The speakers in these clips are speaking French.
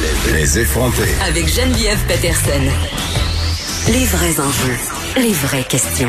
Les effronter. Avec Geneviève Peterson. Les vrais enjeux, les vraies questions.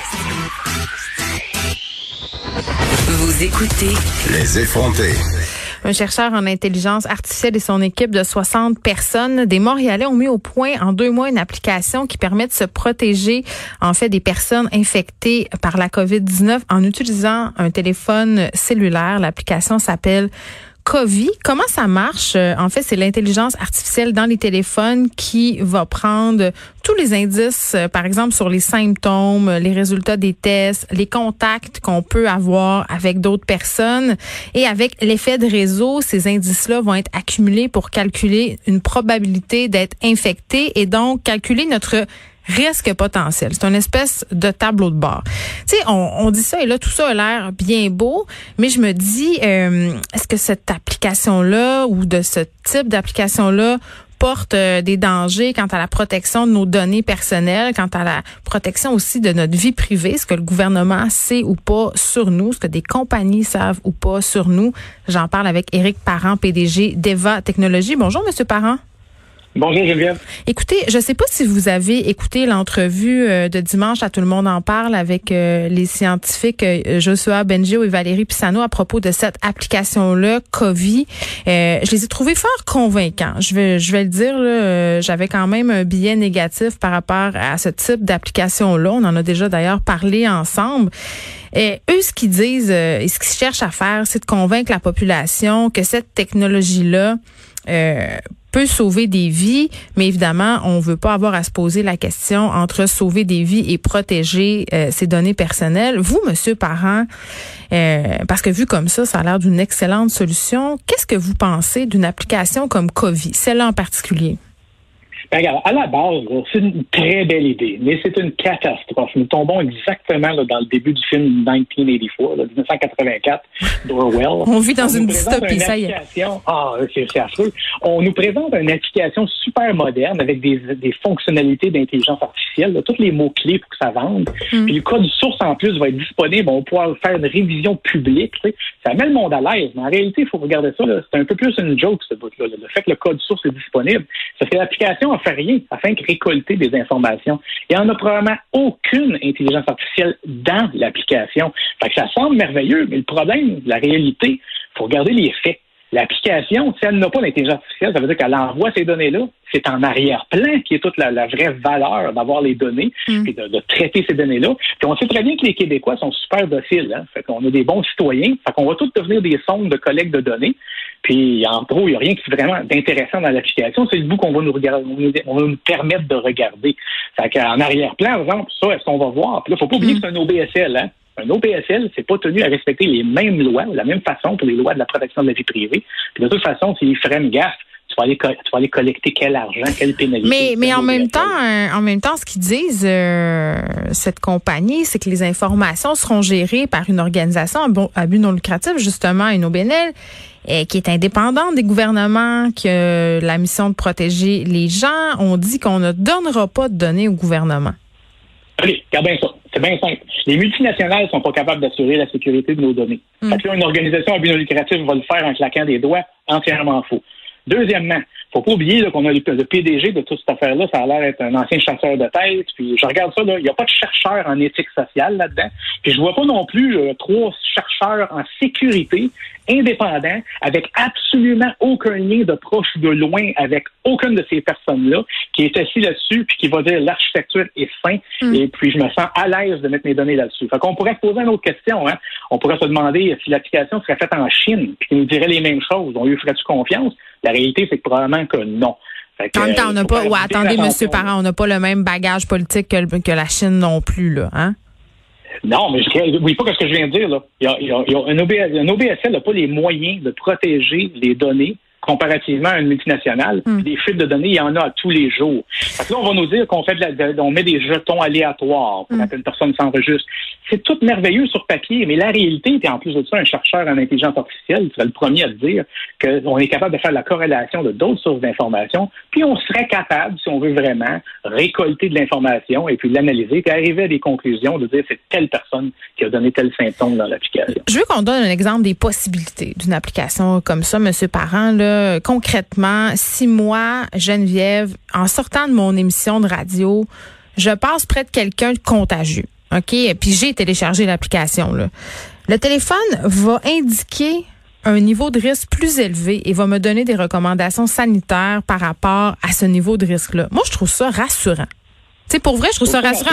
Vous écoutez Les effronter. Un chercheur en intelligence artificielle et son équipe de 60 personnes des Montréalais ont mis au point en 2 mois une application qui permet de se protéger en fait des personnes infectées par la COVID-19 en utilisant un téléphone cellulaire. L'application s'appelle Covi. Comment ça marche? En fait, c'est l'intelligence artificielle dans les téléphones qui va prendre tous les indices, par exemple, sur les symptômes, les résultats des tests, les contacts qu'on peut avoir avec d'autres personnes. Et avec l'effet de réseau, ces indices-là vont être accumulés pour calculer une probabilité d'être infecté et donc calculer notre risque potentiel. C'est une espèce de tableau de bord. Tu sais, on dit ça et là, tout ça a l'air bien beau, mais je me dis, est-ce que cette application-là ou de ce type d'application-là porte des dangers quant à la protection de nos données personnelles, quant à la protection aussi de notre vie privée, ce que le gouvernement sait ou pas sur nous, ce que des compagnies savent ou pas sur nous. J'en parle avec Éric Parent, PDG d'Eva Technologies. Bonjour, Monsieur Parent. Bonjour Geneviève. Écoutez, je sais pas si vous avez écouté l'entrevue de dimanche à Tout le monde en parle avec les scientifiques Joshua Bengio et Valérie Pisano à propos de cette application-là, Covi. Je les ai trouvés fort convaincants. Je vais le dire, là, j'avais quand même un biais négatif par rapport à ce type d'application-là. On en a déjà d'ailleurs parlé ensemble. Eux, ce qu'ils disent et ce qu'ils cherchent à faire, c'est de convaincre la population que cette technologie-là peut sauver des vies, mais évidemment, on veut pas avoir à se poser la question entre sauver des vies et protéger ses données personnelles. Vous, Monsieur Parent, parce que vu comme ça a l'air d'une excellente solution. Qu'est-ce que vous pensez d'une application comme Covi, celle-là en particulier? Ben, regarde, à la base, c'est une très belle idée, mais c'est une catastrophe. Nous tombons exactement là, dans le début du film 1984, d'Orwell. On vit dans une dystopie, ça y est. C'est affreux. On nous présente une application super moderne avec des fonctionnalités d'intelligence artificielle, là, tous les mots-clés pour que ça vende. Puis le code source, en plus, va être disponible. On va pouvoir faire une révision publique. Tu sais. Ça met le monde à l'aise, mais en réalité, il faut regarder ça. Là, c'est un peu plus une joke, ce bout-là. Le fait que le code source est disponible, ça fait que l'application fait rien afin de récolter des informations. Il n'y en a probablement aucune intelligence artificielle dans l'application. Fait que ça semble merveilleux, mais le problème, la réalité, il faut regarder les faits. L'application, si elle n'a pas d'intelligence artificielle, ça veut dire qu'elle envoie ces données-là. C'est en arrière-plan qui est toute la vraie valeur d'avoir les données et de traiter ces données-là. Puis on sait très bien que les Québécois sont super dociles. Hein? Fait qu'on a des bons citoyens. Fait qu'on va tous devenir des sondes de collecte de données. Puis en gros, il n'y a rien qui est vraiment d'intéressant dans l'application. C'est le bout qu'on va nous regarder, on va nous permettre de regarder. Fait qu'en arrière-plan, par exemple, ça, est-ce qu'on va voir? Puis là, il ne faut pas oublier que c'est un OBSL, hein? Un OBSL, c'est pas tenu à respecter les mêmes lois, la même façon pour les lois de la protection de la vie privée. Puis de toute façon, s'il ferait une gaffe, tu vas aller collecter quel argent, quelle pénalité. Mais en même temps, ce qu'ils disent, cette compagnie, c'est que les informations seront gérées par une organisation à but non lucratif, justement, une OBNL, qui est indépendante des gouvernements, qui a la mission de protéger les gens. On dit qu'on ne donnera pas de données au gouvernement. Allez, regarde bien ça. C'est bien simple. Les multinationales ne sont pas capables d'assurer la sécurité de nos données. Fait que là, une organisation à but non lucratif va le faire en claquant des doigts, entièrement faux. Deuxièmement, faut pas oublier là, qu'on a le PDG de toute cette affaire-là, ça a l'air d'être un ancien chasseur de tête. Puis je regarde ça, là, il n'y a pas de chercheur en éthique sociale là-dedans. Puis je vois pas non plus 3 chercheurs en sécurité indépendants, avec absolument aucun lien de proche ou de loin avec aucune de ces personnes-là, qui est assis là-dessus puis qui va dire l'architecture est sain et puis je me sens à l'aise de mettre mes données là-dessus. Fait qu'on pourrait se poser une autre question, hein. On pourrait se demander si l'application serait faite en Chine puis qu'ils nous diraient les mêmes choses. On lui ferait-tu confiance? La réalité, c'est que probablement que non. En même temps, on n'a pas, attendez, Monsieur Parent, on n'a pas le même bagage politique que la Chine non plus, là, hein? Non, mais je n'oublie pas ce que je viens de dire, là. Un OBSL n'a pas les moyens de protéger les données comparativement à une multinationale. Des fuites de données, il y en a à tous les jours. Parce que là, on va nous dire qu'on fait on met des jetons aléatoires pour qu'une personne s'enregistre. C'est tout merveilleux sur papier, mais la réalité, et en plus de ça, un chercheur en intelligence artificielle serait le premier à te dire qu'on est capable de faire la corrélation de d'autres sources d'informations, puis on serait capable, si on veut vraiment, récolter de l'information et puis l'analyser, puis arriver à des conclusions de dire c'est telle personne qui a donné tel symptôme dans l'application. Je veux qu'on donne un exemple des possibilités d'une application comme ça, Monsieur Parent, là. là, concrètement, si moi, Geneviève, en sortant de mon émission de radio, je passe près de quelqu'un de contagieux, OK? Puis j'ai téléchargé l'application, là. Le téléphone va indiquer un niveau de risque plus élevé et va me donner des recommandations sanitaires par rapport à ce niveau de risque-là. Moi, je trouve ça rassurant. Tu sais, pour vrai, je trouve ça rassurant.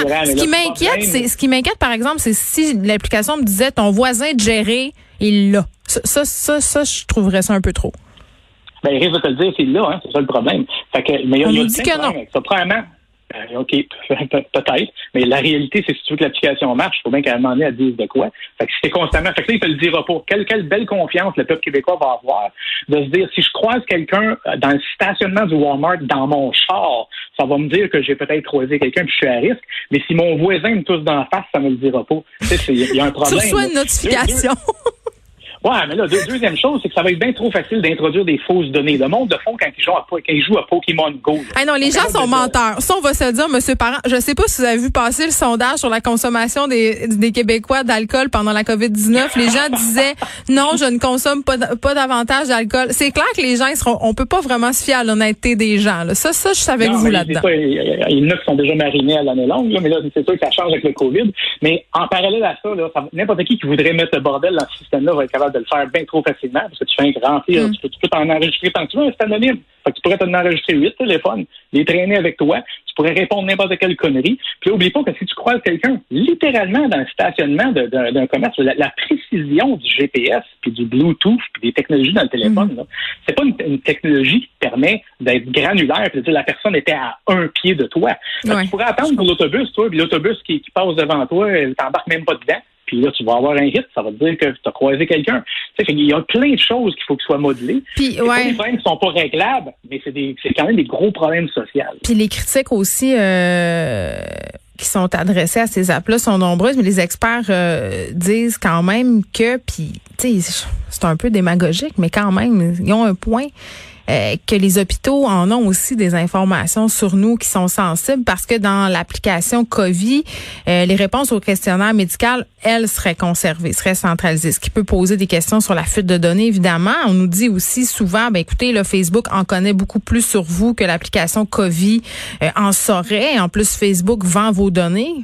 Ce qui m'inquiète, par exemple, c'est si l'application me disait ton voisin de gérer, il l'a. Ça, je trouverais ça un peu trop. Ben, il risque de te le dire, c'est là, hein, c'est ça le problème. Fait que, mais on nous dit que non. Premièrement, OK, peut-être, mais la réalité, c'est que si tu veux que l'application marche, il faut bien qu'à un moment donné, elle dise de quoi. Fait que si c'est constamment, fait que là, il te le dira pas. Quelle belle confiance le peuple québécois va avoir de se dire, si je croise quelqu'un dans le stationnement du Walmart, dans mon char, ça va me dire que j'ai peut-être croisé quelqu'un puis je suis à risque, mais si mon voisin me touche d'en face, ça me le dira pas. Tu sais, il y a un problème. Tu reçois une notification. Ouais, mais là, deuxième chose, c'est que ça va être bien trop facile d'introduire des fausses données. Le monde de fond, quand ils jouent à Pokémon Go. Ah non, les gens sont menteurs. Ça, on va se le dire, M. Parent. Je sais pas si vous avez vu passer le sondage sur la consommation des Québécois d'alcool pendant la COVID-19. Les gens disaient, non, je ne consomme pas davantage d'alcool. C'est clair que les gens, on peut pas vraiment se fier à l'honnêteté des gens, là. Ça, je suis avec vous là-dedans. Il y en a qui sont déjà marinés à l'année longue, là, mais là, c'est sûr que ça change avec le COVID. Mais en parallèle à ça, là, n'importe qui voudrait mettre le bordel dans ce système-là va être capable de le faire bien trop facilement, parce que tu fais un remplir, tu peux t'en enregistrer tant que tu veux, c'est anonyme. Fait que tu pourrais t'en enregistrer 8 téléphones, les traîner avec toi, tu pourrais répondre n'importe quelle connerie. Puis oublie pas que si tu croises quelqu'un, littéralement dans le stationnement d'un commerce, la précision du GPS, puis du Bluetooth, puis des technologies dans le téléphone, là, c'est pas une technologie qui te permet d'être granulaire, puis de dire la personne était à un pied de toi. Tu pourrais attendre pour l'autobus, toi, puis l'autobus qui passe devant toi, t'embarques même pas dedans. Puis là, tu vas avoir un hit, ça va te dire que tu as croisé quelqu'un. Tu sais, il y a plein de choses qu'il faut qu'ils soient modelées. Puis, c'est pas des problèmes qui sont pas réglables, mais c'est quand même des gros problèmes sociaux. Puis les critiques aussi qui sont adressées à ces apps-là sont nombreuses, mais les experts disent quand même que, puis tu sais, c'est un peu démagogique, mais quand même, ils ont un point. Que les hôpitaux en ont aussi des informations sur nous qui sont sensibles parce que dans l'application COVID, les réponses au questionnaire médical, elles seraient conservées, seraient centralisées, ce qui peut poser des questions sur la fuite de données, évidemment. On nous dit aussi souvent, écoutez, le Facebook en connaît beaucoup plus sur vous que l'application COVID en saurait. En plus, Facebook vend vos données.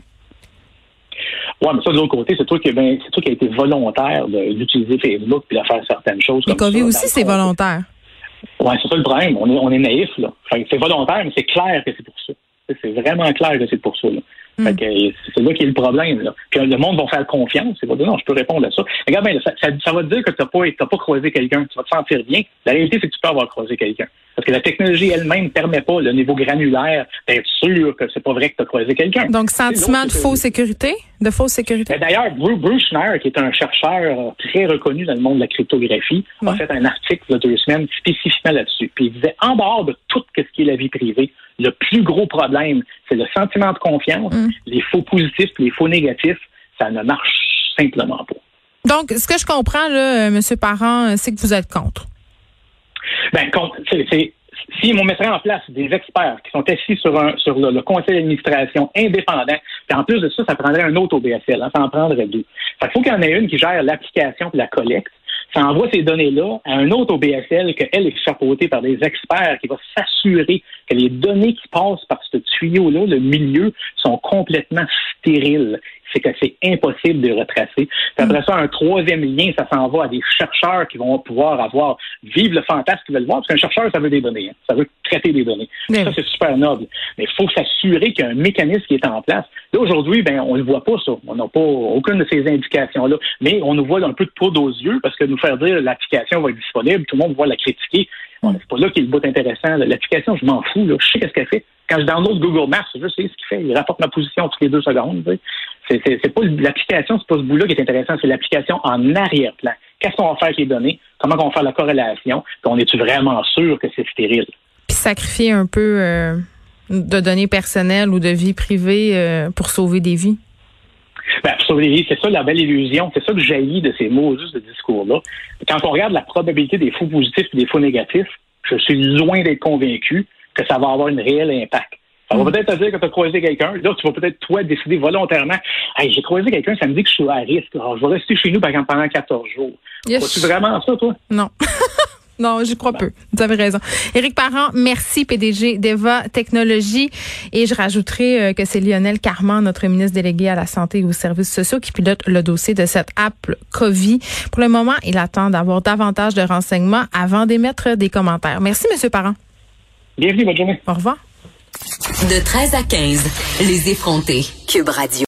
Oui, mais ça, de l'autre côté, c'est toi qui a été volontaire d'utiliser Facebook puis de faire certaines choses. Mais COVID aussi, c'est volontaire. Oui, c'est ça le problème. On est naïf, là. Fait que c'est volontaire, mais c'est clair que c'est pour ça. C'est vraiment clair que c'est pour ça, là. Fait que c'est là qu'il y a le problème, là. Puis le monde va faire confiance. Il va dire, non, je peux répondre à ça. Regarde bien, ça va te dire que t'as pas croisé quelqu'un. Tu vas te sentir bien. La réalité, c'est que tu peux avoir croisé quelqu'un. Parce que la technologie elle-même ne permet pas, le niveau granulaire, d'être sûr que c'est pas vrai que tu as croisé quelqu'un. Donc, sentiment de fausse sécurité? De fausse sécurité? D'ailleurs, Bruce Schneier, qui est un chercheur très reconnu dans le monde de la cryptographie, a fait un article il y a 2 semaines spécifiquement là-dessus. Puis il disait, en dehors de tout ce qui est la vie privée, le plus gros problème, c'est le sentiment de confiance, les faux positifs, les faux négatifs, ça ne marche simplement pas. Donc, ce que je comprends, là, M. Parent, c'est que vous êtes contre. Si on mettrait en place des experts qui sont assis sur le conseil d'administration indépendant, puis en plus de ça, ça prendrait un autre OBSL, ça en prendrait 2. Fait qu'il faut qu'il y en ait une qui gère l'application et la collecte. Ça envoie ces données-là à un autre OBSL qu'elle est chapeautée par des experts qui va s'assurer que les données qui passent par ce tuyau-là, le milieu, sont complètement stériles. C'est que c'est impossible de retracer. Puis après ça, un troisième lien, ça s'en va à des chercheurs qui vont pouvoir vivre le fantasme qu'ils veulent voir, parce qu'un chercheur, ça veut des données, hein. Ça veut traiter des données. Oui. Ça, c'est super noble. Mais il faut s'assurer qu'il y a un mécanisme qui est en place. Là, aujourd'hui, on ne voit pas ça. On n'a pas aucune de ces indications-là. Mais on nous voit un peu de poudre aux yeux, parce que nous faire dire l'application va être disponible, tout le monde va la critiquer. C'est pas là qu'il y a le bout intéressant. L'application, je m'en fous. Là. Je sais qu'est-ce qu'elle fait. Quand je download Google Maps, je sais ce qu'il fait. Il rapporte ma position toutes les 2 secondes. C'est pas l'application, c'est pas ce bout-là qui est intéressant, c'est l'application en arrière-plan. Qu'est-ce qu'on va faire avec les données? Comment on va faire la corrélation? Puis on est-tu vraiment sûr que c'est stérile? Puis sacrifier un peu de données personnelles ou de vie privée pour sauver des vies? Pour sauver des vies, c'est ça la belle illusion. C'est ça que jaillit de ces mots juste de discours-là. Quand on regarde la probabilité des faux positifs et des faux négatifs, je suis loin d'être convaincu que ça va avoir un réel impact. Ça va peut-être te dire que tu as croisé quelqu'un. Là, tu vas peut-être, toi, décider volontairement, hey, j'ai croisé quelqu'un, ça me dit que je suis à risque. Alors, je vais rester chez nous pendant 14 jours. Yes. Crois-tu vraiment ça, toi? Non. Non, j'y crois peu. Vous avez raison. Éric Parent, merci, PDG d'Eva Technologies. Et je rajouterai que c'est Lionel Carman, notre ministre délégué à la Santé et aux services sociaux, qui pilote le dossier de cette app COVID. Pour le moment, il attend d'avoir davantage de renseignements avant d'émettre des commentaires. Merci, M. Parent. Bienvenue, bonne journée. Au revoir. De 13 à 15, les effrontés. Cube Radio.